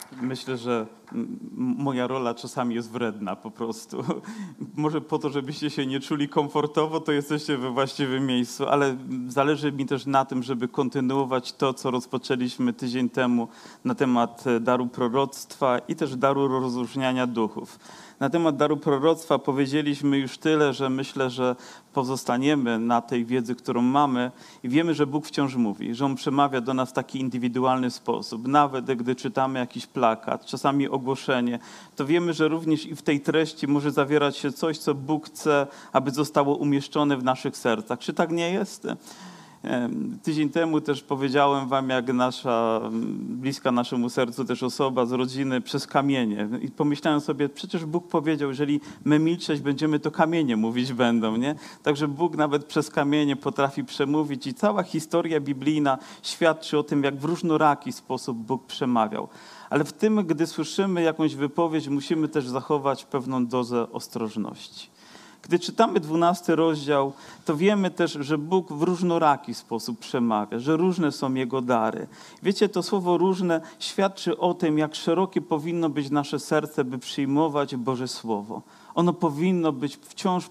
Myślę, że moja rola czasami jest wredna po prostu. Może po to, żebyście się nie czuli komfortowo, to jesteście we właściwym miejscu, ale zależy mi też na tym, żeby kontynuować to, co rozpoczęliśmy tydzień temu na temat daru proroctwa i też daru rozróżniania duchów. Na temat daru proroctwa powiedzieliśmy już tyle, że myślę, że pozostaniemy na tej wiedzy, którą mamy i wiemy, że Bóg wciąż mówi, że On przemawia do nas w taki indywidualny sposób. Nawet gdy czytamy jakiś plakat, czasami ogłoszenie, to wiemy, że również i w tej treści może zawierać się coś, co Bóg chce, aby zostało umieszczone w naszych sercach. Czy tak nie jest? Tydzień temu też powiedziałem wam, jak nasza, bliska naszemu sercu też osoba z rodziny przez kamienie. I pomyślałem sobie, przecież Bóg powiedział, jeżeli my milczeć będziemy, to kamienie mówić będą, nie? Także Bóg nawet przez kamienie potrafi przemówić i cała historia biblijna świadczy o tym, jak w różnoraki sposób Bóg przemawiał. Ale w tym, gdy słyszymy jakąś wypowiedź, musimy też zachować pewną dozę ostrożności. Gdy czytamy 12 rozdział, to wiemy też, że Bóg w różnoraki sposób przemawia, że różne są Jego dary. Wiecie, to słowo różne świadczy o tym, jak szerokie powinno być nasze serce, by przyjmować Boże Słowo. Ono powinno być wciąż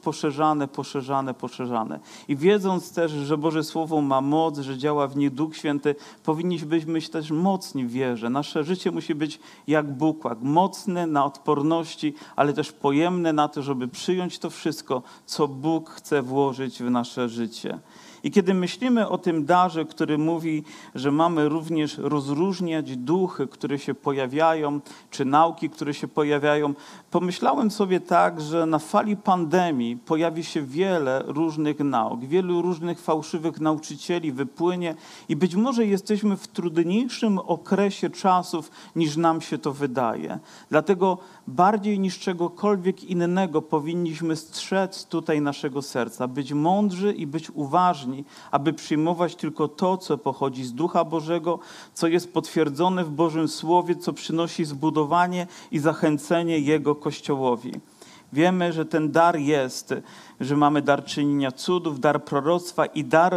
poszerzane. I wiedząc też, że Boże Słowo ma moc, że działa w niej Duch Święty, powinniśmy być też mocni w wierze. Nasze życie musi być jak bukłak, mocne na odporności, ale też pojemne na to, żeby przyjąć to wszystko, co Bóg chce włożyć w nasze życie. I kiedy myślimy o tym darze, który mówi, że mamy również rozróżniać duchy, które się pojawiają, czy nauki, które się pojawiają, pomyślałem sobie tak, że na fali pandemii pojawi się wiele różnych nauk, wielu różnych fałszywych nauczycieli wypłynie i być może jesteśmy w trudniejszym okresie czasów, niż nam się to wydaje. Dlatego bardziej niż czegokolwiek innego powinniśmy strzec tutaj naszego serca, być mądrzy i być uważni, aby przyjmować tylko to, co pochodzi z Ducha Bożego, co jest potwierdzone w Bożym Słowie, co przynosi zbudowanie i zachęcenie Jego Kościołowi. Wiemy, że ten dar jest, że mamy dar czynienia cudów, dar proroctwa i dar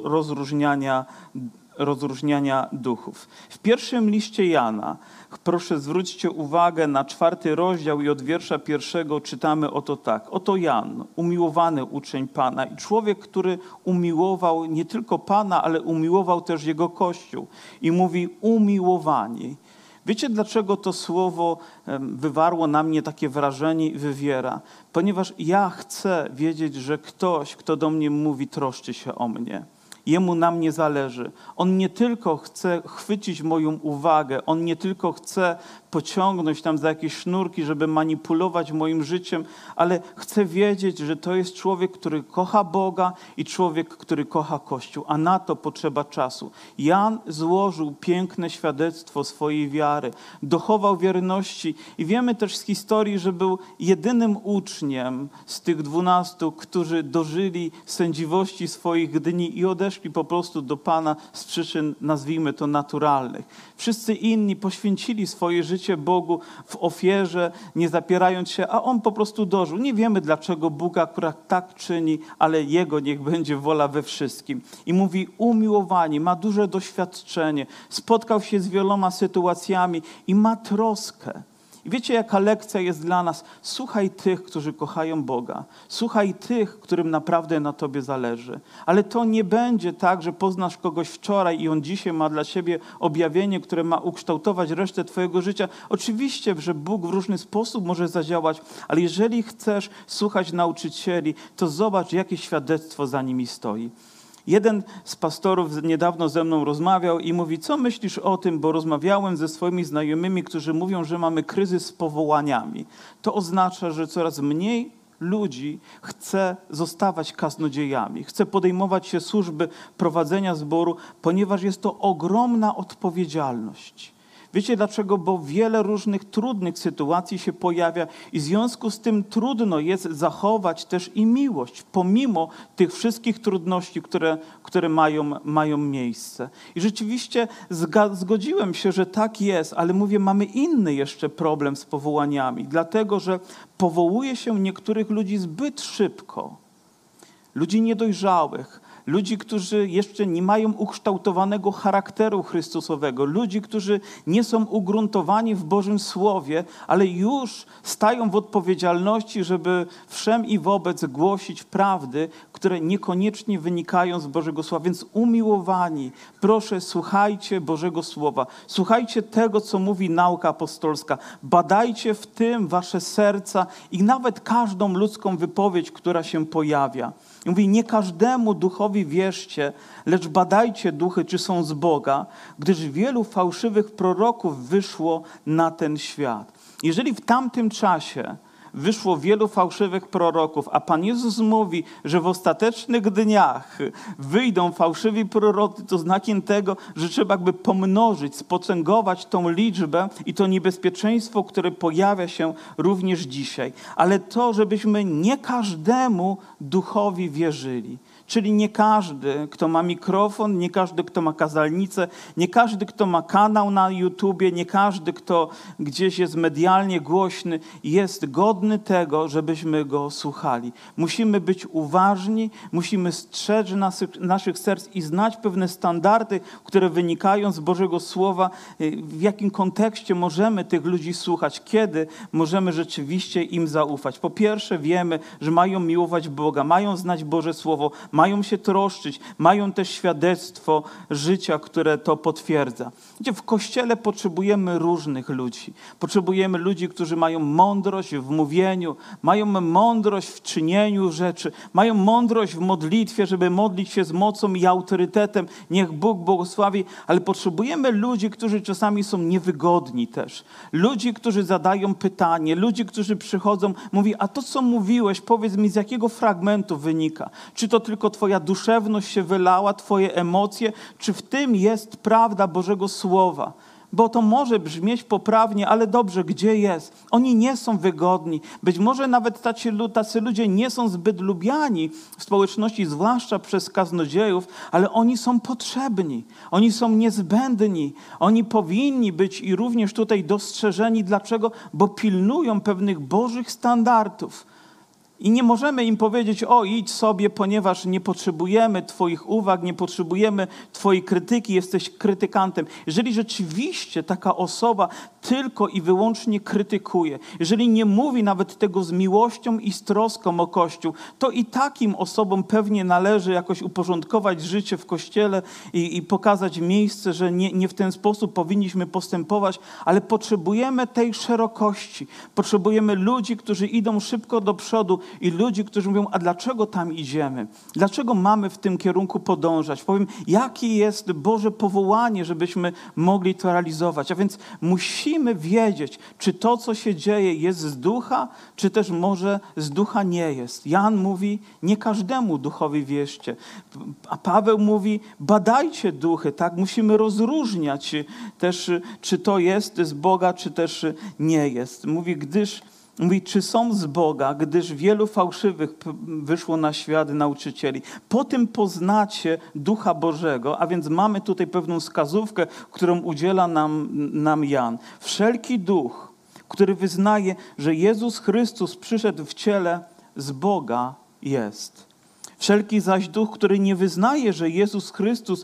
rozróżniania duchów. W pierwszym liście Jana, proszę zwróćcie uwagę na 4 rozdział i od wiersza 1 czytamy oto tak. Oto Jan, umiłowany uczeń Pana i człowiek, który umiłował nie tylko Pana, ale umiłował też Jego Kościół. I mówi umiłowani. Wiecie, dlaczego to słowo wywarło na mnie takie wrażenie i wywiera? Ponieważ ja chcę wiedzieć, że ktoś, kto do mnie mówi, troszczy się o mnie. Jemu na mnie zależy. On nie tylko chce chwycić moją uwagę, on nie tylko chce pociągnąć tam za jakieś sznurki, żeby manipulować moim życiem, ale chce wiedzieć, że to jest człowiek, który kocha Boga i człowiek, który kocha Kościół, a na to potrzeba czasu. Jan złożył piękne świadectwo swojej wiary, dochował wierności i wiemy też z historii, że był jedynym uczniem z tych 12, którzy dożyli sędziwości swoich dni i odeszli po prostu do Pana z przyczyn, nazwijmy to, naturalnych. Wszyscy inni poświęcili swoje życie Bogu w ofierze, nie zapierając się, a on po prostu dożył. Nie wiemy, dlaczego Bóg akurat tak czyni, ale Jego niech będzie wola we wszystkim. I mówi umiłowani, ma duże doświadczenie, spotkał się z wieloma sytuacjami i ma troskę. I wiecie, jaka lekcja jest dla nas? Słuchaj tych, którzy kochają Boga. Słuchaj tych, którym naprawdę na tobie zależy. Ale to nie będzie tak, że poznasz kogoś wczoraj i on dzisiaj ma dla ciebie objawienie, które ma ukształtować resztę twojego życia. Oczywiście, że Bóg w różny sposób może zadziałać, ale jeżeli chcesz słuchać nauczycieli, to zobacz, jakie świadectwo za nimi stoi. Jeden z pastorów niedawno ze mną rozmawiał i mówi, co myślisz o tym, bo rozmawiałem ze swoimi znajomymi, którzy mówią, że mamy kryzys z powołaniami. To oznacza, że coraz mniej ludzi chce zostawać kaznodziejami, chce podejmować się służby prowadzenia zboru, ponieważ jest to ogromna odpowiedzialność. Wiecie dlaczego? Bo wiele różnych trudnych sytuacji się pojawia i w związku z tym trudno jest zachować też i miłość, pomimo tych wszystkich trudności, które mają miejsce. I rzeczywiście zgodziłem się, że tak jest, ale mówię, mamy inny jeszcze problem z powołaniami, dlatego że powołuje się niektórych ludzi zbyt szybko. Ludzi niedojrzałych, ludzi, którzy jeszcze nie mają ukształtowanego charakteru Chrystusowego, ludzi, którzy nie są ugruntowani w Bożym Słowie, ale już stają w odpowiedzialności, żeby wszem i wobec głosić prawdy, które niekoniecznie wynikają z Bożego Słowa. Więc umiłowani, proszę, słuchajcie Bożego Słowa, słuchajcie tego, co mówi nauka apostolska, badajcie w tym wasze serca i nawet każdą ludzką wypowiedź, która się pojawia. I mówi, nie każdemu duchowi wierzcie, lecz badajcie duchy, czy są z Boga, gdyż wielu fałszywych proroków wyszło na ten świat. Jeżeli w tamtym czasie wyszło wielu fałszywych proroków, a Pan Jezus mówi, że w ostatecznych dniach wyjdą fałszywi prorocy, to znakiem tego, że trzeba jakby pomnożyć, spotęgować tą liczbę i to niebezpieczeństwo, które pojawia się również dzisiaj. Ale to, żebyśmy nie każdemu duchowi wierzyli. Czyli nie każdy, kto ma mikrofon, nie każdy, kto ma kazalnicę, nie każdy, kto ma kanał na YouTubie, nie każdy, kto gdzieś jest medialnie głośny, jest godny tego, żebyśmy go słuchali. Musimy być uważni, musimy strzec naszych serc i znać pewne standardy, które wynikają z Bożego Słowa, w jakim kontekście możemy tych ludzi słuchać, kiedy możemy rzeczywiście im zaufać. Po pierwsze wiemy, że mają miłować Boga, mają znać Boże Słowo, mają się troszczyć, mają też świadectwo życia, które to potwierdza. Wiecie, w Kościele potrzebujemy różnych ludzi. Potrzebujemy ludzi, którzy mają mądrość w mówieniu, mają mądrość w czynieniu rzeczy, mają mądrość w modlitwie, żeby modlić się z mocą i autorytetem. Niech Bóg błogosławi, ale potrzebujemy ludzi, którzy czasami są niewygodni też. Ludzi, którzy zadają pytanie, ludzi, którzy przychodzą, mówi, a to co mówiłeś, powiedz mi, z jakiego fragmentu wynika? Czy to tylko twoja duszewność się wylała, twoje emocje, czy w tym jest prawda Bożego Słowa? Bo to może brzmieć poprawnie, ale dobrze, gdzie jest? Oni nie są wygodni. Być może nawet tacy ludzie nie są zbyt lubiani w społeczności, zwłaszcza przez kaznodziejów, ale oni są potrzebni. Oni są niezbędni. Oni powinni być i również tutaj dostrzeżeni. Dlaczego? Bo pilnują pewnych Bożych standardów. I nie możemy im powiedzieć, o idź sobie, ponieważ nie potrzebujemy twoich uwag, nie potrzebujemy twojej krytyki, jesteś krytykantem. Jeżeli rzeczywiście taka osoba tylko i wyłącznie krytykuje, jeżeli nie mówi nawet tego z miłością i z troską o Kościół, to i takim osobom pewnie należy jakoś uporządkować życie w Kościele i pokazać miejsce, że nie w ten sposób powinniśmy postępować, ale potrzebujemy tej szerokości. Potrzebujemy ludzi, którzy idą szybko do przodu, i ludzi, którzy mówią, a dlaczego tam idziemy? Dlaczego mamy w tym kierunku podążać? Powiem, jakie jest Boże powołanie, żebyśmy mogli to realizować. A więc musimy wiedzieć, czy to, co się dzieje, jest z ducha, czy też może z ducha nie jest. Jan mówi, nie każdemu duchowi wierzcie. A Paweł mówi, badajcie duchy, tak? Musimy rozróżniać też, czy to jest z Boga, czy też nie jest. Mówi, czy są z Boga, gdyż wielu fałszywych wyszło na świat nauczycieli. Po tym poznacie Ducha Bożego, a więc mamy tutaj pewną wskazówkę, którą udziela nam Jan. Wszelki duch, który wyznaje, że Jezus Chrystus przyszedł w ciele, z Boga jest. Wszelki zaś duch, który nie wyznaje, że Jezus Chrystus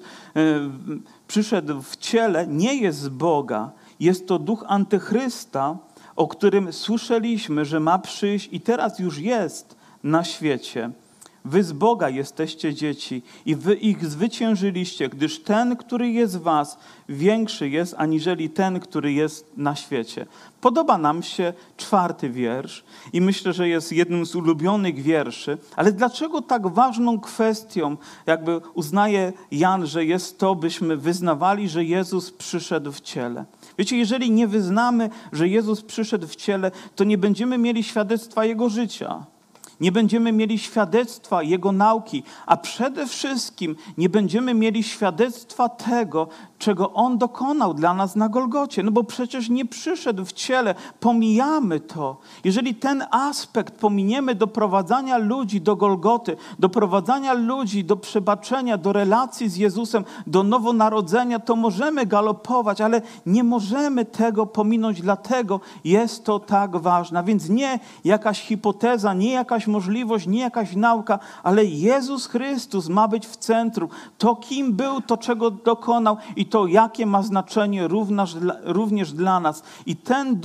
przyszedł w ciele, nie jest z Boga. Jest to duch antychrysta, o którym słyszeliśmy, że ma przyjść i teraz już jest na świecie. Wy z Boga jesteście dzieci i wy ich zwyciężyliście, gdyż ten, który jest w was, większy jest, aniżeli ten, który jest na świecie. Podoba nam się 4 wiersz i myślę, że jest jednym z ulubionych wierszy, ale dlaczego tak ważną kwestią jakby uznaje Jan, że jest to, byśmy wyznawali, że Jezus przyszedł w ciele? Wiecie, jeżeli nie wyznamy, że Jezus przyszedł w ciele, to nie będziemy mieli świadectwa Jego życia. Nie będziemy mieli świadectwa Jego nauki, a przede wszystkim nie będziemy mieli świadectwa tego, czego On dokonał dla nas na Golgocie. No bo przecież nie przyszedł w ciele, pomijamy to. Jeżeli ten aspekt pominiemy doprowadzania ludzi do Golgoty, doprowadzania ludzi do przebaczenia, do relacji z Jezusem, do nowonarodzenia, to możemy galopować, ale nie możemy tego pominąć, dlatego jest to tak ważne. A więc nie jakaś hipoteza, nie jakaś jakaś możliwość, nie jakaś nauka, ale Jezus Chrystus ma być w centrum. To, kim był, to, czego dokonał i to, jakie ma znaczenie również dla nas. I ten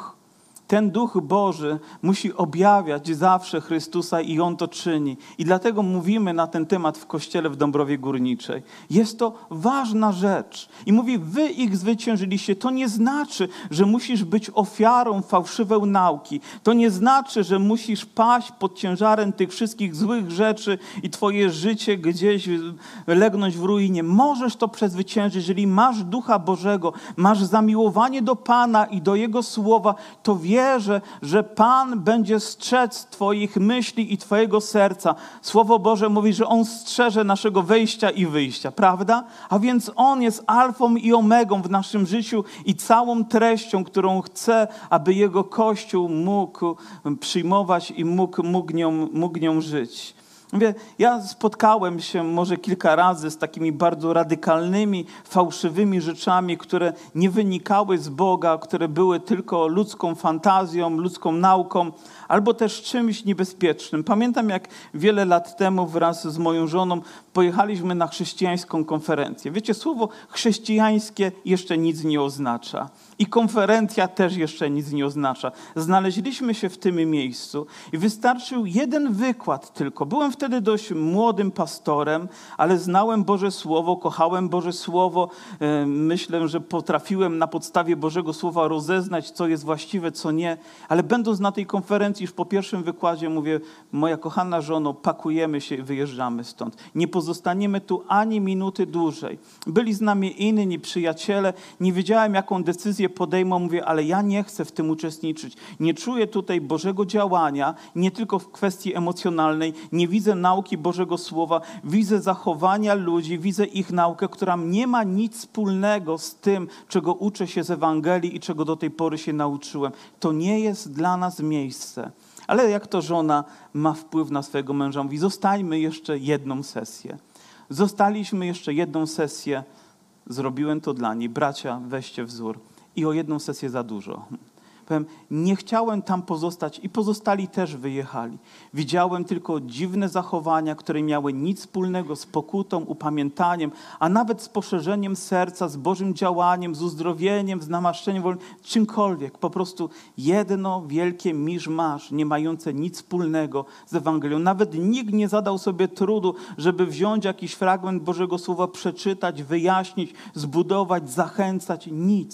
Duch Boży musi objawiać zawsze Chrystusa i On to czyni. I dlatego mówimy na ten temat w Kościele w Dąbrowie Górniczej. Jest to ważna rzecz. I mówi, wy ich zwyciężyliście. To nie znaczy, że musisz być ofiarą fałszywej nauki. To nie znaczy, że musisz paść pod ciężarem tych wszystkich złych rzeczy i twoje życie gdzieś legnąć w ruinie. Możesz to przezwyciężyć, jeżeli masz Ducha Bożego, masz zamiłowanie do Pana i do Jego Słowa, to wierzę, że Pan będzie strzec twoich myśli i twojego serca. Słowo Boże mówi, że On strzeże naszego wejścia i wyjścia, prawda? A więc On jest alfą i omegą w naszym życiu i całą treścią, którą chce, aby Jego Kościół mógł przyjmować i mógł nią żyć. Mówię, ja spotkałem się może kilka razy z takimi bardzo radykalnymi, fałszywymi rzeczami, które nie wynikały z Boga, które były tylko ludzką fantazją, ludzką nauką, albo też czymś niebezpiecznym. Pamiętam, jak wiele lat temu wraz z moją żoną pojechaliśmy na chrześcijańską konferencję. Wiecie, słowo chrześcijańskie jeszcze nic nie oznacza. I konferencja też jeszcze nic nie oznacza. Znaleźliśmy się w tym miejscu i wystarczył jeden wykład tylko. Byłem wtedy dość młodym pastorem, ale znałem Boże Słowo, kochałem Boże Słowo. Myślę, że potrafiłem na podstawie Bożego Słowa rozeznać, co jest właściwe, co nie. Ale będąc na tej konferencji, już po pierwszym wykładzie mówię, moja kochana żono, pakujemy się i wyjeżdżamy stąd. Nie pozostaniemy tu ani minuty dłużej. Byli z nami inni przyjaciele, nie wiedziałem, jaką decyzję podejmą, mówię, ale ja nie chcę w tym uczestniczyć. Nie czuję tutaj Bożego działania, nie tylko w kwestii emocjonalnej, nie widzę nauki Bożego Słowa, widzę zachowania ludzi, widzę ich naukę, która nie ma nic wspólnego z tym, czego uczę się z Ewangelii i czego do tej pory się nauczyłem. To nie jest dla nas miejsce. Ale jak to żona ma wpływ na swojego męża? Mówi, zostańmy jeszcze jedną sesję. Zostaliśmy jeszcze jedną sesję. Zrobiłem to dla niej. Bracia, weźcie wzór. I o jedną sesję za dużo. Powiem, nie chciałem tam pozostać i pozostali też wyjechali. Widziałem tylko dziwne zachowania, które miały nic wspólnego z pokutą, upamiętaniem, a nawet z poszerzeniem serca, z Bożym działaniem, z uzdrowieniem, z namaszczeniem, czymkolwiek. Po prostu jedno wielkie miszmasz, nie mające nic wspólnego z Ewangelią. Nawet nikt nie zadał sobie trudu, żeby wziąć jakiś fragment Bożego Słowa, przeczytać, wyjaśnić, zbudować, zachęcać.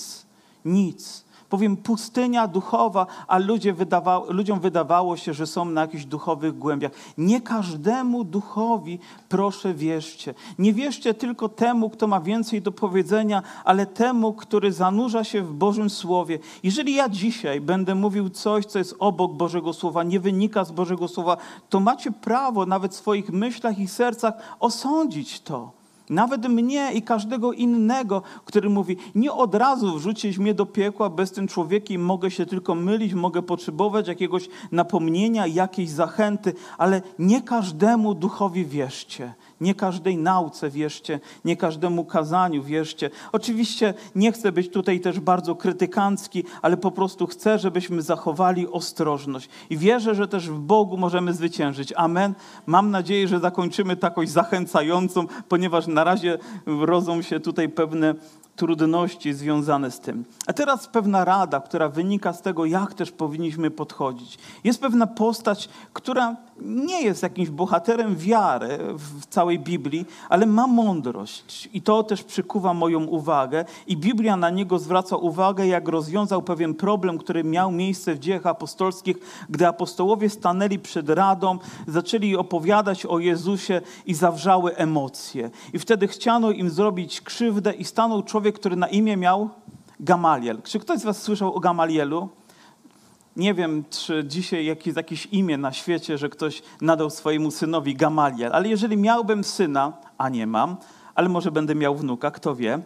Nic. Powiem, pustynia duchowa, a ludziom wydawało się, że są na jakichś duchowych głębiach. Nie każdemu duchowi, proszę, wierzcie. Nie wierzcie tylko temu, kto ma więcej do powiedzenia, ale temu, który zanurza się w Bożym Słowie. Jeżeli ja dzisiaj będę mówił coś, co jest obok Bożego Słowa, nie wynika z Bożego Słowa, to macie prawo nawet w swoich myślach i sercach osądzić to. Nawet mnie i każdego innego, który mówi, nie od razu wrzucić mnie do piekła, bez tym człowiekiem mogę się tylko mylić, mogę potrzebować jakiegoś napomnienia, jakiejś zachęty, ale nie każdemu duchowi wierzcie, nie każdej nauce wierzcie, nie każdemu kazaniu wierzcie. Oczywiście nie chcę być tutaj też bardzo krytykancki, ale po prostu chcę, żebyśmy zachowali ostrożność. I wierzę, że też w Bogu możemy zwyciężyć. Amen. Mam nadzieję, że zakończymy takoś zachęcającą, ponieważ na razie rodzą się tutaj pewne trudności związane z tym. A teraz pewna rada, która wynika z tego, jak też powinniśmy podchodzić. Jest pewna postać, która nie jest jakimś bohaterem wiary w całej Biblii, ale ma mądrość. I to też przykuwa moją uwagę. I Biblia na niego zwraca uwagę, jak rozwiązał pewien problem, który miał miejsce w Dziejach Apostolskich, gdy apostołowie stanęli przed radą, zaczęli opowiadać o Jezusie i zawrzały emocje. I wtedy chciano im zrobić krzywdę i stanął człowiek, który na imię miał Gamaliel. Czy ktoś z was słyszał o Gamalielu? Nie wiem, czy dzisiaj jest jakieś imię na świecie, że ktoś nadał swojemu synowi Gamaliel, ale jeżeli miałbym syna, a nie mam, ale może będę miał wnuka, kto wie,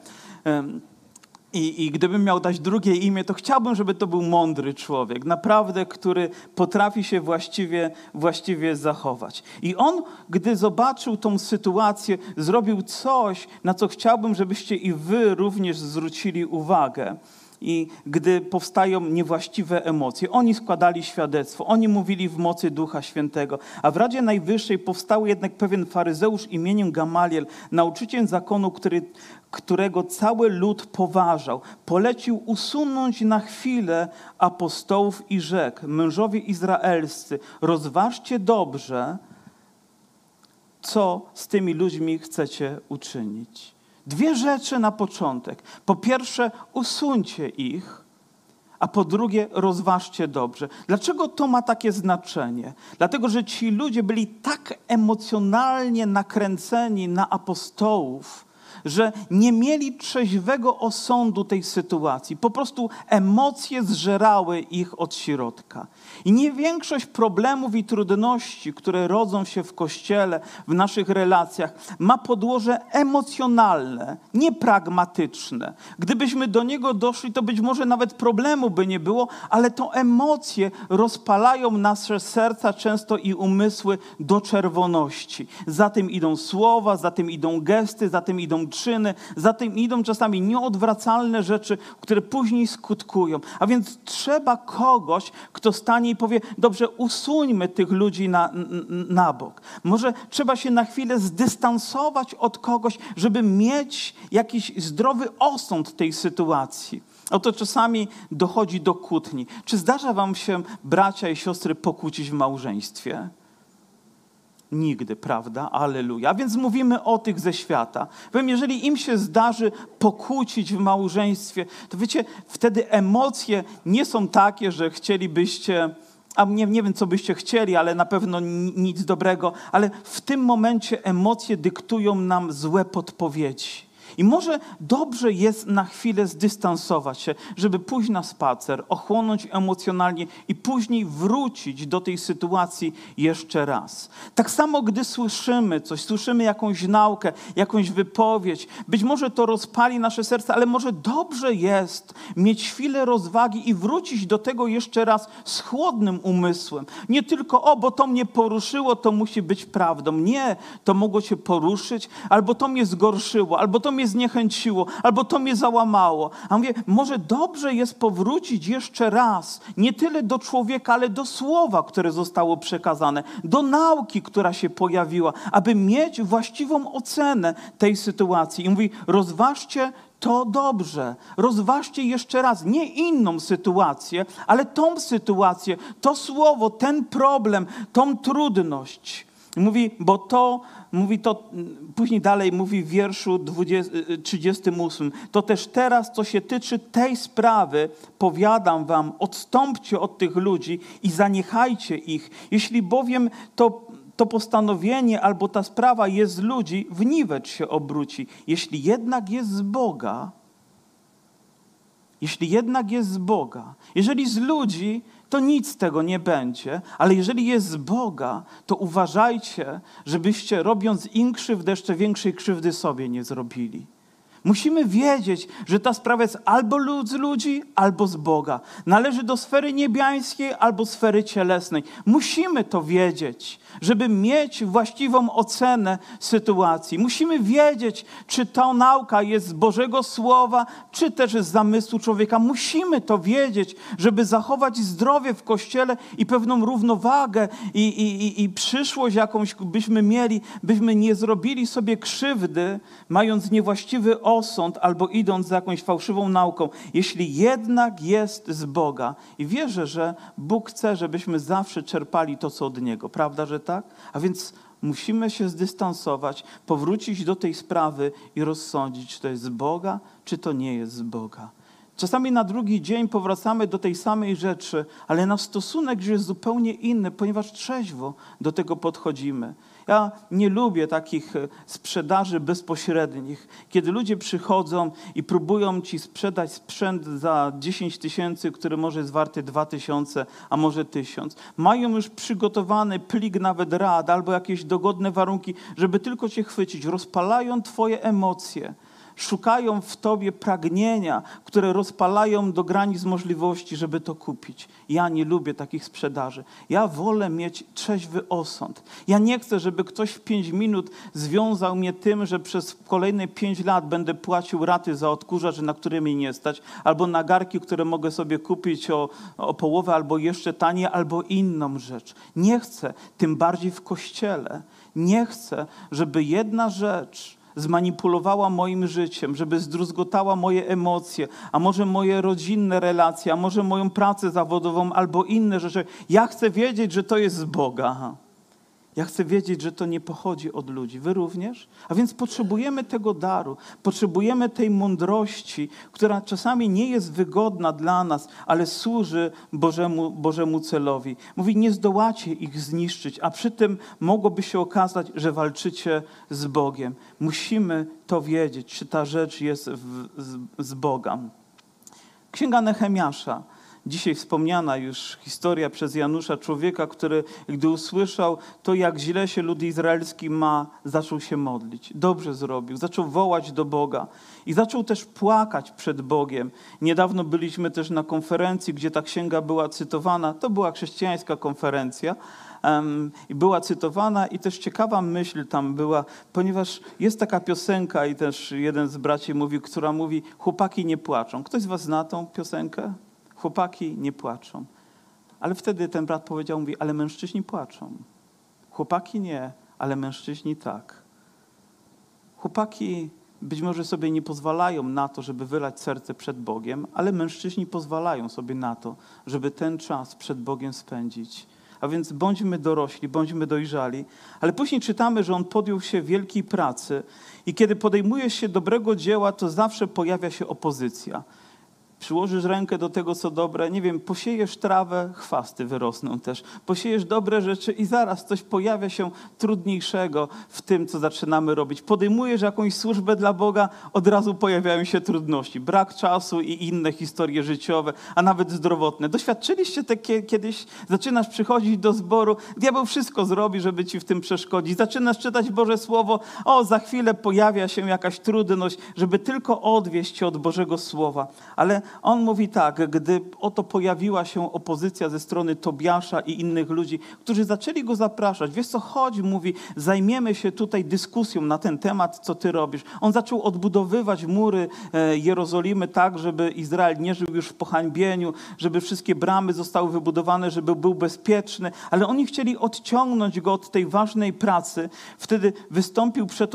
i gdybym miał dać drugie imię, to chciałbym, żeby to był mądry człowiek, naprawdę, który potrafi się właściwie zachować. I on, gdy zobaczył tą sytuację, zrobił coś, na co chciałbym, żebyście i wy również zwrócili uwagę. i gdy powstają niewłaściwe emocje, oni składali świadectwo, oni mówili w mocy Ducha Świętego. A w Radzie Najwyższej powstał jednak pewien faryzeusz imieniem Gamaliel, nauczyciel zakonu, którego cały lud poważał. Polecił usunąć na chwilę apostołów i rzekł: mężowie izraelscy, rozważcie dobrze, co z tymi ludźmi chcecie uczynić. 2 rzeczy na początek. Po pierwsze, usuńcie ich, a po drugie, rozważcie dobrze. Dlaczego to ma takie znaczenie? Dlatego, że ci ludzie byli tak emocjonalnie nakręceni na apostołów, że nie mieli trzeźwego osądu tej sytuacji. Po prostu emocje zżerały ich od środka. I nie większość problemów i trudności, które rodzą się w Kościele, w naszych relacjach, ma podłoże emocjonalne, nie pragmatyczne. Gdybyśmy do niego doszli, to być może nawet problemu by nie było, ale to emocje rozpalają nasze serca często i umysły do czerwoności. Za tym idą słowa, za tym idą gesty, za tym idą czyny, za tym idą czasami nieodwracalne rzeczy, które później skutkują. A więc trzeba kogoś, kto stanie i powie: dobrze, usuńmy tych ludzi na bok. Może trzeba się na chwilę zdystansować od kogoś, żeby mieć jakiś zdrowy osąd tej sytuacji. Oto czasami dochodzi do kłótni. Czy zdarza wam się, bracia i siostry, pokłócić w małżeństwie? Nigdy, prawda? Alleluja. A więc mówimy o tych ze świata. Powiem, jeżeli im się zdarzy pokłócić w małżeństwie, to wiecie, wtedy emocje nie są takie, że chcielibyście, a nie wiem, co byście chcieli, ale na pewno nic dobrego, ale w tym momencie emocje dyktują nam złe podpowiedzi. I może dobrze jest na chwilę zdystansować się, żeby pójść na spacer, ochłonąć emocjonalnie i później wrócić do tej sytuacji jeszcze raz. Tak samo, gdy słyszymy coś, słyszymy jakąś naukę, jakąś wypowiedź, być może to rozpali nasze serce, ale może dobrze jest mieć chwilę rozwagi i wrócić do tego jeszcze raz z chłodnym umysłem. Nie tylko, bo to mnie poruszyło, to musi być prawdą. Nie, to mogło cię poruszyć, albo to mnie zgorszyło, albo to mnie zniechęciło, albo to mnie załamało. A mówię, może dobrze jest powrócić jeszcze raz, nie tyle do człowieka, ale do słowa, które zostało przekazane, do nauki, która się pojawiła, aby mieć właściwą ocenę tej sytuacji. I mówi, rozważcie to dobrze. Rozważcie jeszcze raz, nie inną sytuację, ale tą sytuację, to słowo, ten problem, tą trudność. Mówi, później dalej mówi w wierszu 38. To też teraz, co się tyczy tej sprawy, powiadam wam, odstąpcie od tych ludzi i zaniechajcie ich. Jeśli bowiem to postanowienie albo ta sprawa jest z ludzi, w niwecz się obróci. Jeśli jednak jest z Boga, jeżeli z ludzi, to nic z tego nie będzie, ale jeżeli jest z Boga, to uważajcie, żebyście, robiąc im krzywdę, jeszcze większej krzywdy sobie nie zrobili. Musimy wiedzieć, że ta sprawa jest albo z ludzi, albo z Boga. Należy do sfery niebiańskiej, albo sfery cielesnej. Musimy to wiedzieć, żeby mieć właściwą ocenę sytuacji. Musimy wiedzieć, czy ta nauka jest z Bożego Słowa, czy też z zamysłu człowieka. Musimy to wiedzieć, żeby zachować zdrowie w Kościele i pewną równowagę i przyszłość, jakąś byśmy mieli, byśmy nie zrobili sobie krzywdy, mając niewłaściwy osąd albo idąc za jakąś fałszywą nauką. Jeśli jednak jest z Boga i wierzę, że Bóg chce, żebyśmy zawsze czerpali to, co od Niego. Prawda, że tak? A więc musimy się zdystansować, powrócić do tej sprawy i rozsądzić, czy to jest z Boga, czy to nie jest z Boga. Czasami na drugi dzień powracamy do tej samej rzeczy, ale nasz stosunek już jest zupełnie inny, ponieważ trzeźwo do tego podchodzimy. Ja nie lubię takich sprzedaży bezpośrednich, kiedy ludzie przychodzą i próbują ci sprzedać sprzęt za 10 000, który może jest warty 2000, a może 1000. Mają już przygotowany plik nawet rad albo jakieś dogodne warunki, żeby tylko cię chwycić. Rozpalają twoje emocje. Szukają w tobie pragnienia, które rozpalają do granic możliwości, żeby to kupić. Ja nie lubię takich sprzedaży. Ja wolę mieć trzeźwy osąd. Ja nie chcę, żeby ktoś w 5 minut związał mnie tym, że przez kolejne 5 lat będę płacił raty za odkurzacz, na który mi nie stać, albo na garki, które mogę sobie kupić o połowę, albo jeszcze taniej, albo inną rzecz. Nie chcę, tym bardziej w Kościele. Nie chcę, żeby jedna rzecz zmanipulowała moim życiem, żeby zdruzgotała moje emocje, a może moje rodzinne relacje, a może moją pracę zawodową albo inne rzeczy. Ja chcę wiedzieć, że to jest z Boga. Ja chcę wiedzieć, że to nie pochodzi od ludzi. Wy również? A więc potrzebujemy tego daru, potrzebujemy tej mądrości, która czasami nie jest wygodna dla nas, ale służy Bożemu celowi. Mówi, nie zdołacie ich zniszczyć, a przy tym mogłoby się okazać, że walczycie z Bogiem. Musimy to wiedzieć, czy ta rzecz jest z Boga. Księga Nehemiasza. Dzisiaj wspomniana już historia przez Janusza, człowieka, który gdy usłyszał to, jak źle się lud izraelski ma, zaczął się modlić. Dobrze zrobił, zaczął wołać do Boga i zaczął też płakać przed Bogiem. Niedawno byliśmy też na konferencji, gdzie ta księga była cytowana. To była chrześcijańska konferencja i była cytowana i też ciekawa myśl tam była, ponieważ jest taka piosenka i też jeden z braci mówi, która mówi, chłopaki nie płaczą. Ktoś z was zna tą piosenkę? Chłopaki nie płaczą. Ale wtedy ten brat powiedział, mówi, ale mężczyźni płaczą. Chłopaki nie, ale mężczyźni tak. Chłopaki być może sobie nie pozwalają na to, żeby wylać serce przed Bogiem, ale mężczyźni pozwalają sobie na to, żeby ten czas przed Bogiem spędzić. A więc bądźmy dorośli, bądźmy dojrzali. Ale później czytamy, że on podjął się wielkiej pracy i kiedy podejmuje się dobrego dzieła, to zawsze pojawia się opozycja. Przyłożysz rękę do tego, co dobre, nie wiem, posiejesz trawę, chwasty wyrosną też. Posiejesz dobre rzeczy i zaraz coś pojawia się trudniejszego w tym, co zaczynamy robić. Podejmujesz jakąś służbę dla Boga, od razu pojawiają się trudności. Brak czasu i inne historie życiowe, a nawet zdrowotne. Doświadczyliście kiedyś? Zaczynasz przychodzić do zboru, diabeł wszystko zrobi, żeby ci w tym przeszkodzić. Zaczynasz czytać Boże Słowo, za chwilę pojawia się jakaś trudność, żeby tylko odwieść cię od Bożego Słowa. Ale on mówi tak, gdy oto pojawiła się opozycja ze strony Tobiasza i innych ludzi, którzy zaczęli go zapraszać. Wiesz co, chodź, mówi, zajmiemy się tutaj dyskusją na ten temat, co ty robisz. On zaczął odbudowywać mury Jerozolimy tak, żeby Izrael nie żył już w pohańbieniu, żeby wszystkie bramy zostały wybudowane, żeby był bezpieczny, ale oni chcieli odciągnąć go od tej ważnej pracy. Wtedy wystąpił przeto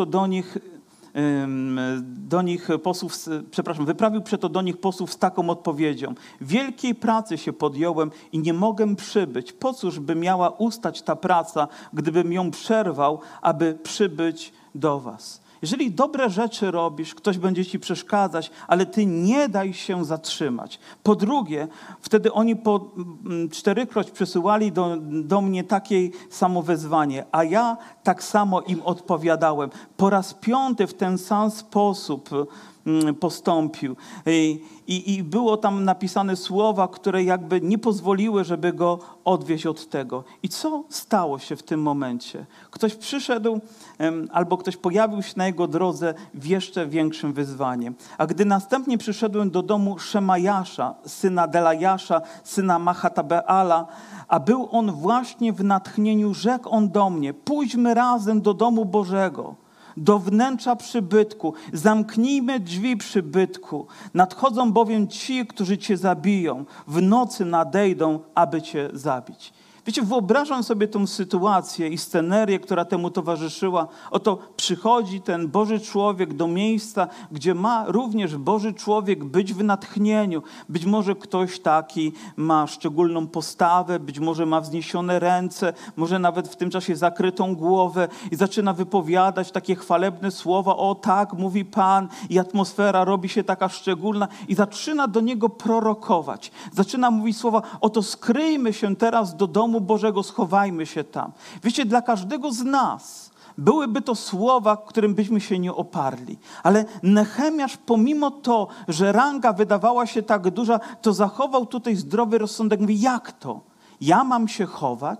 wyprawił przeto do nich posłów z taką odpowiedzią. Wielkiej pracy się podjąłem i nie mogę przybyć. Po cóż by miała ustać ta praca, gdybym ją przerwał, aby przybyć do was? Jeżeli dobre rzeczy robisz, ktoś będzie ci przeszkadzać, ale ty nie daj się zatrzymać. Po drugie, wtedy oni po 4-kroć przesyłali do mnie takie samo wezwanie, a ja tak samo im odpowiadałem. Po raz 5 w ten sam sposób postąpił. I było tam napisane słowa, które jakby nie pozwoliły, żeby go odwieźć od tego. I co stało się w tym momencie? Ktoś przyszedł albo ktoś pojawił się na jego drodze w jeszcze większym wyzwaniem. A gdy następnie przyszedłem do domu Szemajasza, syna Delajasza, syna Machatabeala, a był on właśnie w natchnieniu, rzekł on do mnie, pójdźmy razem do domu Bożego, do wnętrza przybytku, zamknijmy drzwi przybytku. Nadchodzą bowiem ci, którzy cię zabiją. W nocy nadejdą, aby cię zabić. Wiecie, wyobrażam sobie tę sytuację i scenerię, która temu towarzyszyła. Oto przychodzi ten Boży człowiek do miejsca, gdzie ma również Boży człowiek być w natchnieniu. Być może ktoś taki ma szczególną postawę, być może ma wzniesione ręce, może nawet w tym czasie zakrytą głowę i zaczyna wypowiadać takie chwalebne słowa. O tak, mówi Pan, i atmosfera robi się taka szczególna i zaczyna do niego prorokować. Zaczyna mówić słowa, oto skryjmy się teraz do domu Bożego, schowajmy się tam. Wiecie, dla każdego z nas byłyby to słowa, którym byśmy się nie oparli. Ale Nehemiasz, pomimo to, że ranga wydawała się tak duża, to zachował tutaj zdrowy rozsądek. Mówi, jak to? Ja mam się chować?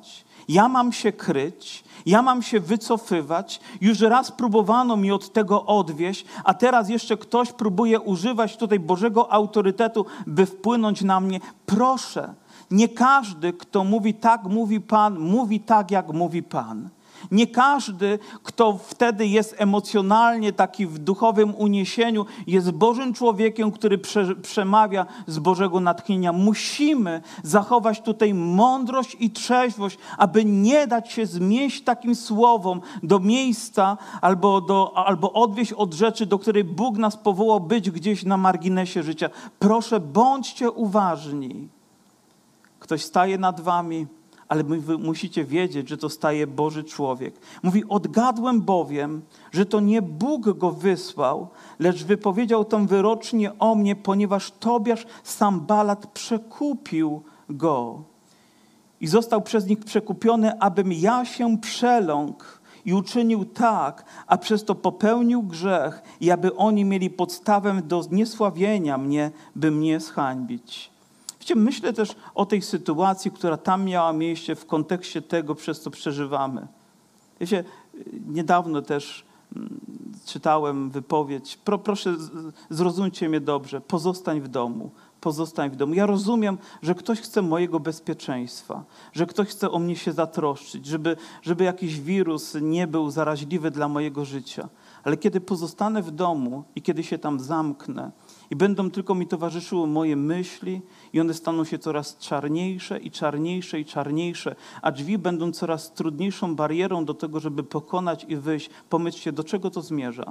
Ja mam się kryć, ja mam się wycofywać. Już raz próbowano mi od tego odwieść, a teraz jeszcze ktoś próbuje używać tutaj Bożego autorytetu, by wpłynąć na mnie. Proszę, nie każdy, kto mówi tak, mówi tak, jak mówi Pan. Nie każdy, kto wtedy jest emocjonalnie taki w duchowym uniesieniu, jest Bożym człowiekiem, który przemawia z Bożego natchnienia. Musimy zachować tutaj mądrość i trzeźwość, aby nie dać się zmieść takim słowom do miejsca albo odwieść od rzeczy, do której Bóg nas powołał być gdzieś na marginesie życia. Proszę, bądźcie uważni. Ktoś staje nad wami, ale wy musicie wiedzieć, że to staje Boży człowiek. Mówi, odgadłem bowiem, że to nie Bóg go wysłał, lecz wypowiedział tą wyrocznię o mnie, ponieważ Tobiasz Sanballat przekupił go. I został przez nich przekupiony, abym ja się przeląkł i uczynił tak, a przez to popełnił grzech i aby oni mieli podstawę do zniesławienia mnie, by mnie zhańbić. Myślę też o tej sytuacji, która tam miała miejsce w kontekście tego, przez co przeżywamy. Wiecie, niedawno też czytałem wypowiedź, proszę zrozumcie mnie dobrze, pozostań w domu. Pozostań w domu. Ja rozumiem, że ktoś chce mojego bezpieczeństwa, że ktoś chce o mnie się zatroszczyć, żeby jakiś wirus nie był zaraźliwy dla mojego życia. Ale kiedy pozostanę w domu i kiedy się tam zamknę i będą tylko mi towarzyszyły moje myśli i one staną się coraz czarniejsze i czarniejsze i czarniejsze, a drzwi będą coraz trudniejszą barierą do tego, żeby pokonać i wyjść, pomyślcie, do czego to zmierza?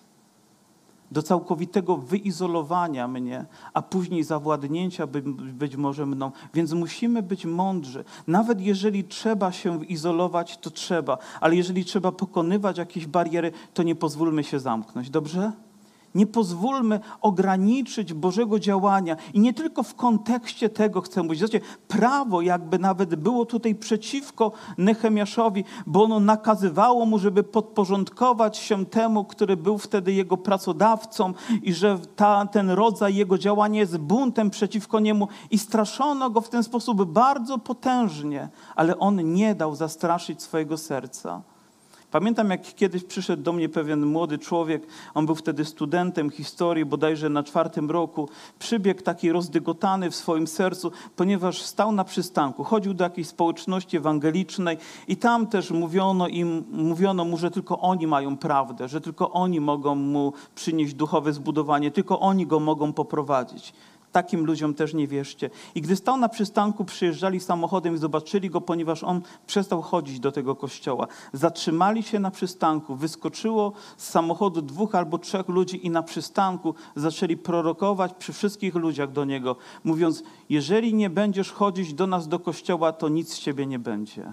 Do całkowitego wyizolowania mnie, a później zawładnięcia być może mną. Więc musimy być mądrzy. Nawet jeżeli trzeba się izolować, to trzeba. Ale jeżeli trzeba pokonywać jakieś bariery, to nie pozwólmy się zamknąć. Dobrze? Nie pozwólmy ograniczyć Bożego działania. I nie tylko w kontekście tego chcę mówić. Zobaczcie, prawo jakby nawet było tutaj przeciwko Nehemiaszowi, bo ono nakazywało mu, żeby podporządkować się temu, który był wtedy jego pracodawcą i że ten rodzaj jego działania jest buntem przeciwko niemu i straszono go w ten sposób bardzo potężnie, ale on nie dał zastraszyć swojego serca. Pamiętam, jak kiedyś przyszedł do mnie pewien młody człowiek, on był wtedy studentem historii, bodajże na 4. roku, przybiegł taki rozdygotany w swoim sercu, ponieważ stał na przystanku, chodził do jakiejś społeczności ewangelicznej i tam też mówiono mu, że tylko oni mają prawdę, że tylko oni mogą mu przynieść duchowe zbudowanie, tylko oni go mogą poprowadzić. Takim ludziom też nie wierzcie. I gdy stał na przystanku, przyjeżdżali samochodem i zobaczyli go, ponieważ on przestał chodzić do tego kościoła. Zatrzymali się na przystanku, wyskoczyło z samochodu 2 albo 3 ludzi i na przystanku zaczęli prorokować przy wszystkich ludziach do niego, mówiąc, jeżeli nie będziesz chodzić do nas do kościoła, to nic z ciebie nie będzie.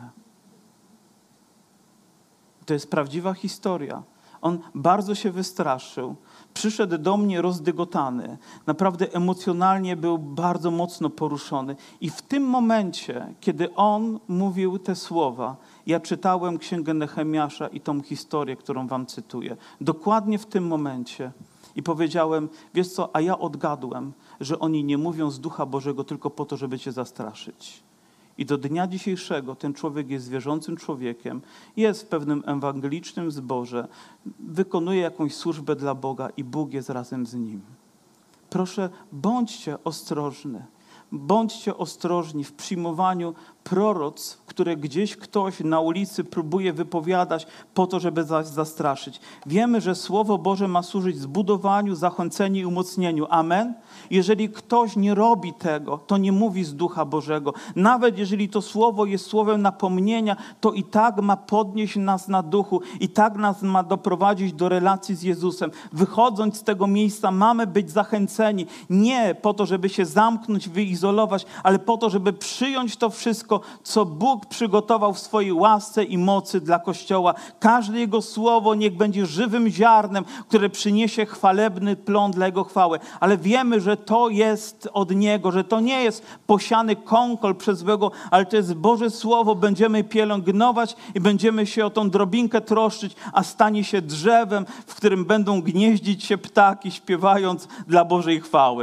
To jest prawdziwa historia. On bardzo się wystraszył. Przyszedł do mnie rozdygotany. Naprawdę emocjonalnie był bardzo mocno poruszony. I w tym momencie, kiedy on mówił te słowa, ja czytałem Księgę Nehemiasza i tą historię, którą wam cytuję. Dokładnie w tym momencie. I powiedziałem, wiesz co, a ja odgadłem, że oni nie mówią z Ducha Bożego tylko po to, żeby cię zastraszyć. I do dnia dzisiejszego ten człowiek jest wierzącym człowiekiem, jest w pewnym ewangelicznym zborze, wykonuje jakąś służbę dla Boga i Bóg jest razem z nim. Proszę, bądźcie ostrożni. Bądźcie ostrożni w przyjmowaniu proroctw, które gdzieś ktoś na ulicy próbuje wypowiadać po to, żeby zastraszyć. Wiemy, że Słowo Boże ma służyć zbudowaniu, zachęceniu i umocnieniu. Amen? Jeżeli ktoś nie robi tego, to nie mówi z Ducha Bożego. Nawet jeżeli to słowo jest słowem napomnienia, to i tak ma podnieść nas na duchu, i tak nas ma doprowadzić do relacji z Jezusem. Wychodząc z tego miejsca mamy być zachęceni. Nie po to, żeby się zamknąć, wyizolować, ale po to, żeby przyjąć to wszystko, co Bóg przygotował w swojej łasce i mocy dla Kościoła. Każde Jego słowo niech będzie żywym ziarnem, które przyniesie chwalebny plon dla Jego chwały. Ale wiemy, że to jest od Niego, że to nie jest posiany kąkol przez złego, ale to jest Boże Słowo. Będziemy pielęgnować i będziemy się o tą drobinkę troszczyć, a stanie się drzewem, w którym będą gnieździć się ptaki, śpiewając dla Bożej chwały.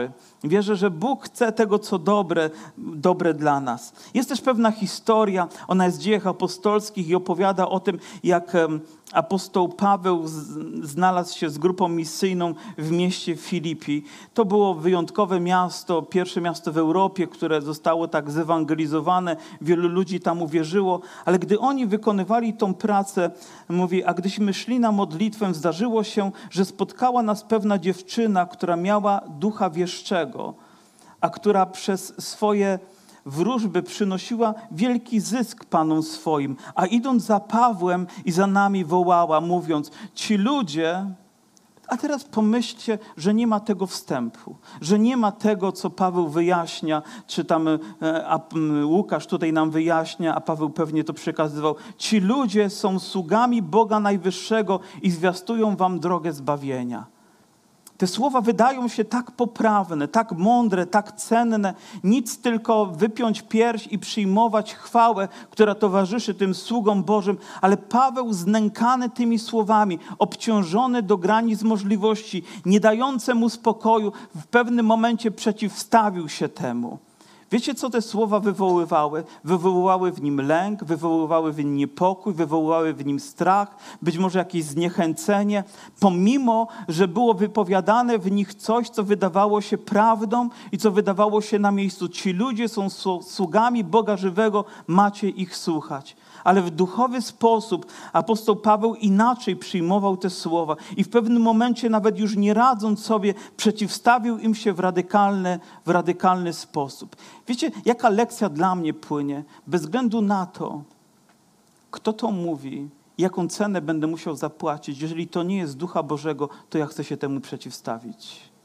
Wierzę, że Bóg chce tego, co dobre dla nas. Jest też pewna historia, ona jest w Dziejach Apostolskich i opowiada o tym, jak apostoł Paweł znalazł się z grupą misyjną w mieście Filipi. To było wyjątkowe miasto, pierwsze miasto w Europie, które zostało tak zewangelizowane. Wielu ludzi tam uwierzyło, ale gdy oni wykonywali tą pracę, mówi, a gdyśmy szli na modlitwę, zdarzyło się, że spotkała nas pewna dziewczyna, która miała ducha wieszczego, a która przez swoje wróżby przynosiła wielki zysk panom swoim, a idąc za Pawłem i za nami wołała, mówiąc, ci ludzie, a teraz pomyślcie, że nie ma tego wstępu, że nie ma tego, co Paweł wyjaśnia, czy tam Łukasz tutaj nam wyjaśnia, a Paweł pewnie to przekazywał. Ci ludzie są sługami Boga Najwyższego i zwiastują wam drogę zbawienia. Te słowa wydają się tak poprawne, tak mądre, tak cenne. Nic tylko wypiąć pierś i przyjmować chwałę, która towarzyszy tym sługom Bożym. Ale Paweł znękany tymi słowami, obciążony do granic możliwości, nie dające mu spokoju, w pewnym momencie przeciwstawił się temu. Wiecie, co te słowa wywoływały? Wywoływały w nim lęk, wywoływały w nim niepokój, wywoływały w nim strach, być może jakieś zniechęcenie, pomimo, że było wypowiadane w nich coś, co wydawało się prawdą i co wydawało się na miejscu. Ci ludzie są sługami Boga żywego, macie ich słuchać. Ale w duchowy sposób apostoł Paweł inaczej przyjmował te słowa i w pewnym momencie, nawet już nie radząc sobie, przeciwstawił im się w radykalny sposób. Wiecie, jaka lekcja dla mnie płynie? Bez względu na to, kto to mówi, jaką cenę będę musiał zapłacić, jeżeli to nie jest Ducha Bożego, to ja chcę się temu przeciwstawić.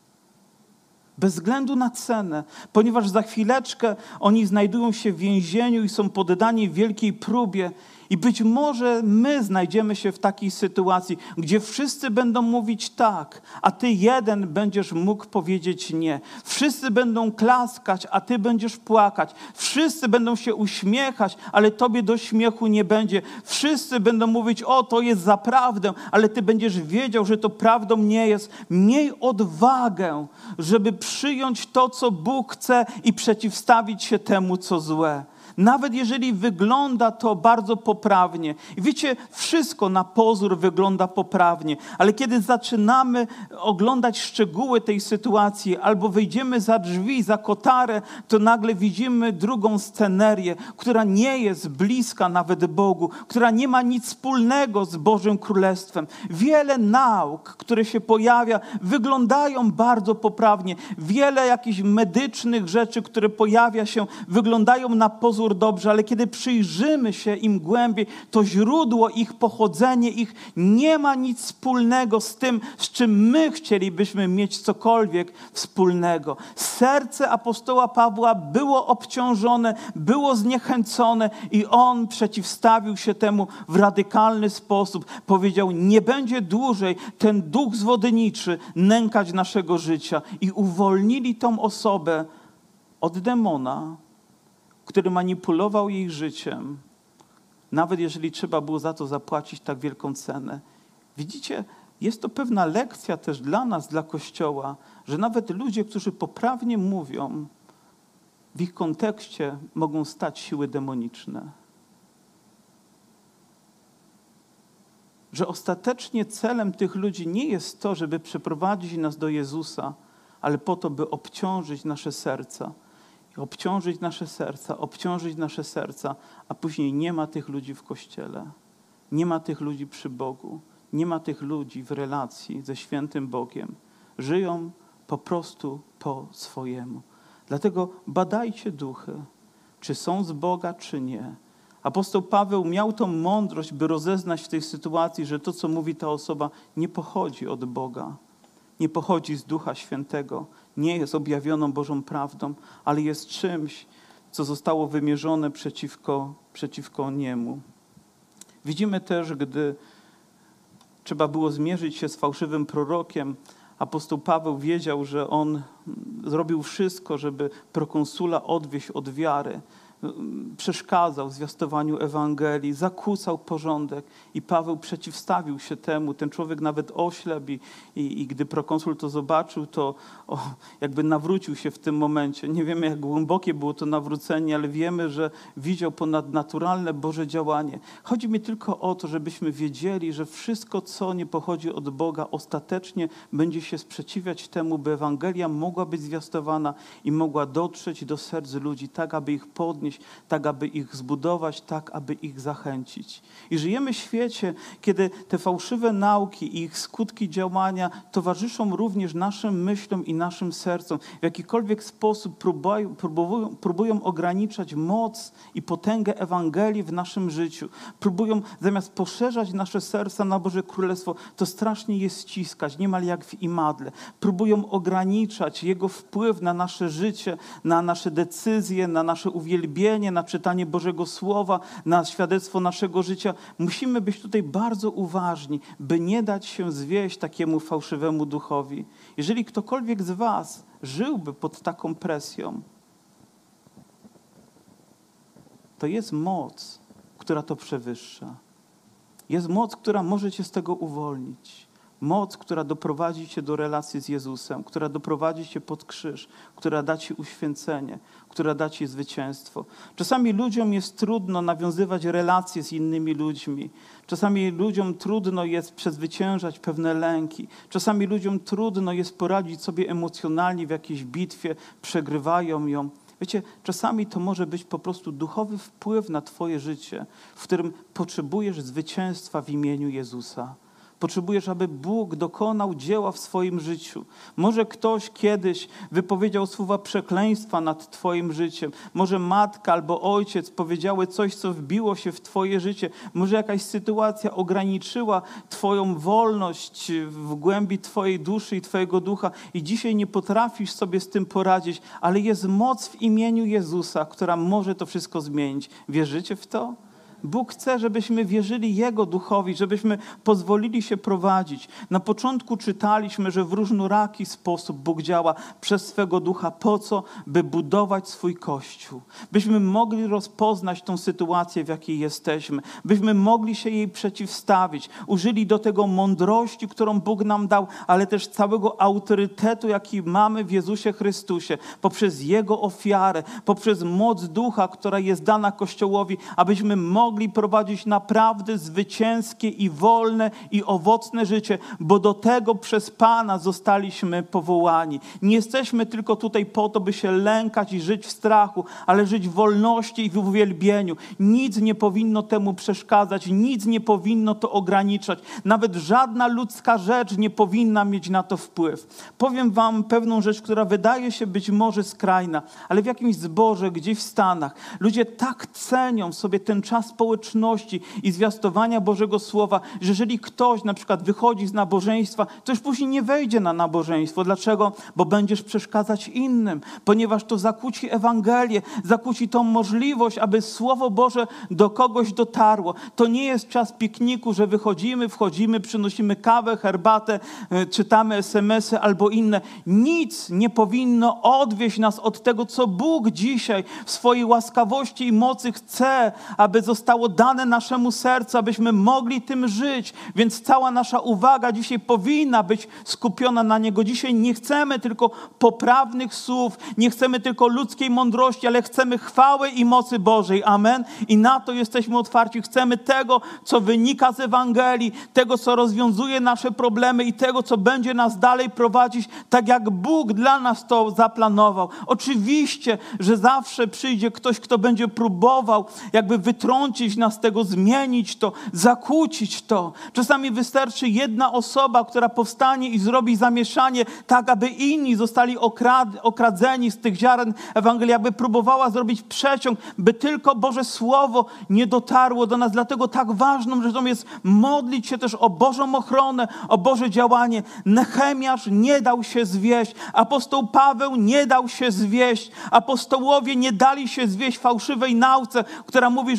Bez względu na cenę, ponieważ za chwileczkę oni znajdują się w więzieniu i są poddani wielkiej próbie. I być może my znajdziemy się w takiej sytuacji, gdzie wszyscy będą mówić tak, a ty jeden będziesz mógł powiedzieć nie. Wszyscy będą klaskać, a ty będziesz płakać. Wszyscy będą się uśmiechać, ale tobie do śmiechu nie będzie. Wszyscy będą mówić, o, to jest za prawdę, ale ty będziesz wiedział, że to prawdą nie jest. Miej odwagę, żeby przyjąć to, co Bóg chce i przeciwstawić się temu, co złe. Nawet jeżeli wygląda to bardzo poprawnie. I wiecie, wszystko na pozór wygląda poprawnie, ale kiedy zaczynamy oglądać szczegóły tej sytuacji albo wyjdziemy za drzwi, za kotarę, to nagle widzimy drugą scenerię, która nie jest bliska nawet Bogu, która nie ma nic wspólnego z Bożym Królestwem. Wiele nauk, które się pojawia, wyglądają bardzo poprawnie. Wiele jakichś medycznych rzeczy, które pojawia się, wyglądają na pozór dobrze, ale kiedy przyjrzymy się im głębiej, to źródło ich, pochodzenie ich nie ma nic wspólnego z tym, z czym my chcielibyśmy mieć cokolwiek wspólnego. Serce apostoła Pawła było obciążone, było zniechęcone i on przeciwstawił się temu w radykalny sposób. Powiedział, nie będzie dłużej ten duch zwodniczy nękać naszego życia. I uwolnili tą osobę od demona, który manipulował jej życiem, nawet jeżeli trzeba było za to zapłacić tak wielką cenę. Widzicie, jest to pewna lekcja też dla nas, dla Kościoła, że nawet ludzie, którzy poprawnie mówią, w ich kontekście mogą stać siły demoniczne. Że ostatecznie celem tych ludzi nie jest to, żeby przeprowadzić nas do Jezusa, ale po to, by obciążyć nasze serca. Obciążyć nasze serca, a później nie ma tych ludzi w Kościele. Nie ma tych ludzi przy Bogu. Nie ma tych ludzi w relacji ze świętym Bogiem. Żyją po prostu po swojemu. Dlatego badajcie duchy, czy są z Boga, czy nie. Apostoł Paweł miał tą mądrość, by rozeznać w tej sytuacji, że to, co mówi ta osoba, nie pochodzi od Boga. Nie pochodzi z Ducha Świętego, nie jest objawioną Bożą prawdą, ale jest czymś, co zostało wymierzone przeciwko niemu. Widzimy też, gdy trzeba było zmierzyć się z fałszywym prorokiem, apostoł Paweł wiedział, że on zrobił wszystko, żeby prokonsula odwieść od wiary. przeszkadzał w zwiastowaniu Ewangelii, zakłócał porządek i Paweł przeciwstawił się temu. Ten człowiek nawet oślepł i gdy prokonsul to zobaczył, to jakby nawrócił się w tym momencie. Nie wiemy, jak głębokie było to nawrócenie, ale wiemy, że widział ponadnaturalne Boże działanie. Chodzi mi tylko o to, żebyśmy wiedzieli, że wszystko, co nie pochodzi od Boga, ostatecznie będzie się sprzeciwiać temu, by Ewangelia mogła być zwiastowana i mogła dotrzeć do serc ludzi, tak aby ich podnieść, tak aby ich zbudować, tak aby ich zachęcić. I żyjemy w świecie, kiedy te fałszywe nauki i ich skutki działania towarzyszą również naszym myślom i naszym sercom. W jakikolwiek sposób próbują ograniczać moc i potęgę Ewangelii w naszym życiu. Próbują zamiast poszerzać nasze serca na Boże Królestwo, to strasznie je ściskać, niemal jak w imadle. Próbują ograniczać Jego wpływ na nasze życie, na nasze decyzje, na nasze uwielbienie, na czytanie Bożego Słowa, na świadectwo naszego życia. Musimy być tutaj bardzo uważni, by nie dać się zwieść takiemu fałszywemu duchowi. Jeżeli ktokolwiek z was żyłby pod taką presją, to jest moc, która to przewyższa. Jest moc, która może cię z tego uwolnić. Moc, która doprowadzi cię do relacji z Jezusem, która doprowadzi cię pod krzyż, która da ci uświęcenie, która da ci zwycięstwo. Czasami ludziom jest trudno nawiązywać relacje z innymi ludźmi. Czasami ludziom trudno jest przezwyciężać pewne lęki. Czasami ludziom trudno jest poradzić sobie emocjonalnie w jakiejś bitwie, przegrywają ją. Wiecie, czasami to może być po prostu duchowy wpływ na twoje życie, w którym potrzebujesz zwycięstwa w imieniu Jezusa. Potrzebujesz, aby Bóg dokonał dzieła w swoim życiu. Może ktoś kiedyś wypowiedział słowa przekleństwa nad twoim życiem. Może matka albo ojciec powiedziały coś, co wbiło się w twoje życie. Może jakaś sytuacja ograniczyła twoją wolność w głębi twojej duszy i twojego ducha i dzisiaj nie potrafisz sobie z tym poradzić, ale jest moc w imieniu Jezusa, która może to wszystko zmienić. Wierzycie w to? Bóg chce, żebyśmy wierzyli Jego duchowi, żebyśmy pozwolili się prowadzić. Na początku czytaliśmy, że w różnoraki sposób Bóg działa przez swego ducha. Po co? By budować swój Kościół. Byśmy mogli rozpoznać tą sytuację, w jakiej jesteśmy. Byśmy mogli się jej przeciwstawić. Użyli do tego mądrości, którą Bóg nam dał, ale też całego autorytetu, jaki mamy w Jezusie Chrystusie. Poprzez Jego ofiarę, poprzez moc ducha, która jest dana Kościołowi, abyśmy mogli prowadzić naprawdę zwycięskie i wolne i owocne życie, bo do tego przez Pana zostaliśmy powołani. Nie jesteśmy tylko tutaj po to, by się lękać i żyć w strachu, ale żyć w wolności i w uwielbieniu. Nic nie powinno temu przeszkadzać, nic nie powinno to ograniczać. Nawet żadna ludzka rzecz nie powinna mieć na to wpływ. Powiem wam pewną rzecz, która wydaje się być może skrajna, ale w jakimś zborze, gdzieś w Stanach, ludzie tak cenią sobie ten czas społeczności i zwiastowania Bożego Słowa, że jeżeli ktoś na przykład wychodzi z nabożeństwa, to już później nie wejdzie na nabożeństwo. Dlaczego? Bo będziesz przeszkadzać innym, ponieważ to zakłóci Ewangelię, zakłóci tą możliwość, aby Słowo Boże do kogoś dotarło. To nie jest czas pikniku, że wychodzimy, wchodzimy, przynosimy kawę, herbatę, czytamy SMS-y albo inne. Nic nie powinno odwieść nas od tego, co Bóg dzisiaj w swojej łaskawości i mocy chce, aby zostało dane naszemu sercu, abyśmy mogli tym żyć. Więc cała nasza uwaga dzisiaj powinna być skupiona na Niego. Dzisiaj nie chcemy tylko poprawnych słów, nie chcemy tylko ludzkiej mądrości, ale chcemy chwały i mocy Bożej. Amen. I na to jesteśmy otwarci. Chcemy tego, co wynika z Ewangelii, tego, co rozwiązuje nasze problemy i tego, co będzie nas dalej prowadzić, tak jak Bóg dla nas to zaplanował. Oczywiście, że zawsze przyjdzie ktoś, kto będzie próbował jakby wytrącić nas z tego, zmienić to, zakłócić to. Czasami wystarczy jedna osoba, która powstanie i zrobi zamieszanie tak, aby inni zostali okradzeni z tych ziaren Ewangelii, aby próbowała zrobić przeciąg, by tylko Boże Słowo nie dotarło do nas. Dlatego tak ważną rzeczą jest modlić się też o Bożą ochronę, o Boże działanie. Nehemiasz nie dał się zwieść. Apostoł Paweł nie dał się zwieść. Apostołowie nie dali się zwieść fałszywej nauce, która mówi, że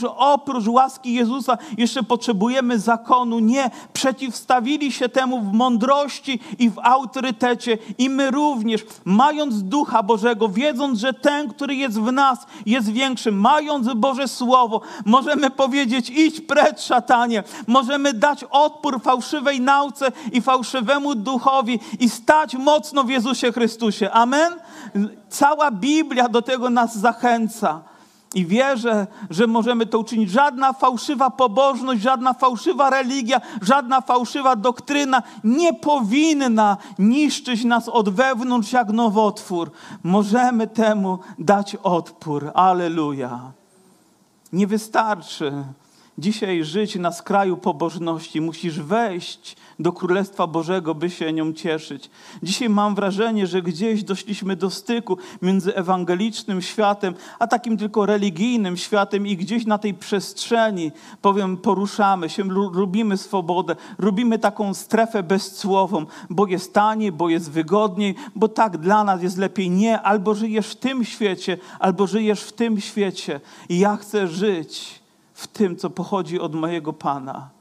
oprócz łaski Jezusa jeszcze potrzebujemy zakonu. Nie, przeciwstawili się temu w mądrości i w autorytecie. I my również, mając Ducha Bożego, wiedząc, że ten, który jest w nas, jest większy, mając Boże Słowo, możemy powiedzieć: idź precz, szatanie. Możemy dać odpór fałszywej nauce i fałszywemu duchowi i stać mocno w Jezusie Chrystusie. Amen? Cała Biblia do tego nas zachęca. I wierzę, że możemy to uczynić. Żadna fałszywa pobożność, żadna fałszywa religia, żadna fałszywa doktryna nie powinna niszczyć nas od wewnątrz jak nowotwór. Możemy temu dać odpór. Alleluja. Nie wystarczy dzisiaj żyć na skraju pobożności. Musisz wejść do Królestwa Bożego, by się nią cieszyć. Dzisiaj mam wrażenie, że gdzieś doszliśmy do styku między ewangelicznym światem, a takim tylko religijnym światem i gdzieś na tej przestrzeni, poruszamy się, lubimy swobodę, lubimy taką strefę bezcłową, bo jest taniej, bo jest wygodniej, bo tak dla nas jest lepiej. Nie, albo żyjesz w tym świecie, albo żyjesz w tym świecie. I ja chcę żyć w tym, co pochodzi od mojego Pana.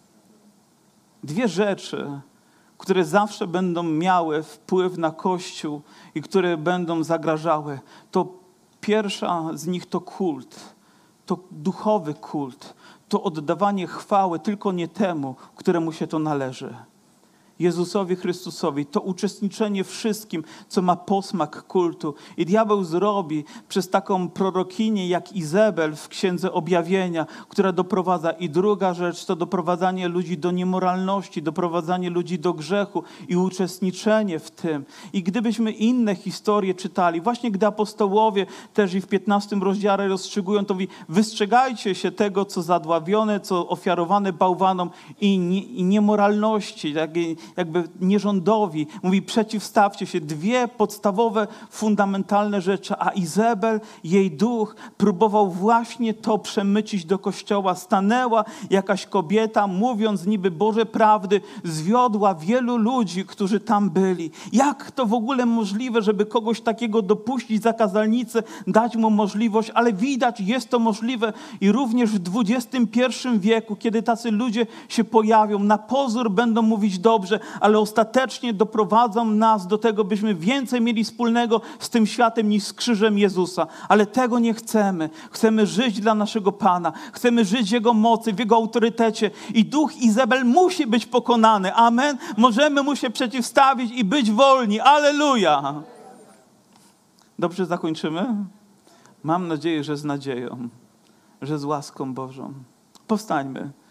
Dwie rzeczy, które zawsze będą miały wpływ na Kościół i które będą zagrażały, to pierwsza z nich to kult, to duchowy kult, to oddawanie chwały tylko nie temu, któremu się to należy. Jezusowi Chrystusowi, to uczestniczenie w wszystkim, co ma posmak kultu. I diabeł zrobi przez taką prorokinię jak Izabel w Księdze Objawienia, która doprowadza. I druga rzecz to doprowadzanie ludzi do niemoralności, doprowadzanie ludzi do grzechu i uczestniczenie w tym. I gdybyśmy inne historie czytali, właśnie gdy apostołowie też i w 15 rozdziale rozstrzygują, to mówi: wystrzegajcie się tego, co zadławione, co ofiarowane bałwanom i niemoralności, jakby nierządowi. Mówi: przeciwstawcie się. Dwie podstawowe, fundamentalne rzeczy. A Izabel, jej duch, próbował właśnie to przemycić do Kościoła. Stanęła jakaś kobieta, mówiąc niby Boże prawdy, zwiodła wielu ludzi, którzy tam byli. Jak to w ogóle możliwe, żeby kogoś takiego dopuścić za kazalnicę, dać mu możliwość, ale widać, jest to możliwe i również w XXI wieku, kiedy tacy ludzie się pojawią, na pozór będą mówić dobrze, ale ostatecznie doprowadzą nas do tego, byśmy więcej mieli wspólnego z tym światem niż z krzyżem Jezusa. Ale tego nie chcemy. Chcemy żyć dla naszego Pana. Chcemy żyć w Jego mocy, w Jego autorytecie. I duch Izabel musi być pokonany. Amen. Możemy mu się przeciwstawić i być wolni. Alleluja. Dobrze zakończymy? Mam nadzieję, że z nadzieją, że z łaską Bożą. Powstańmy.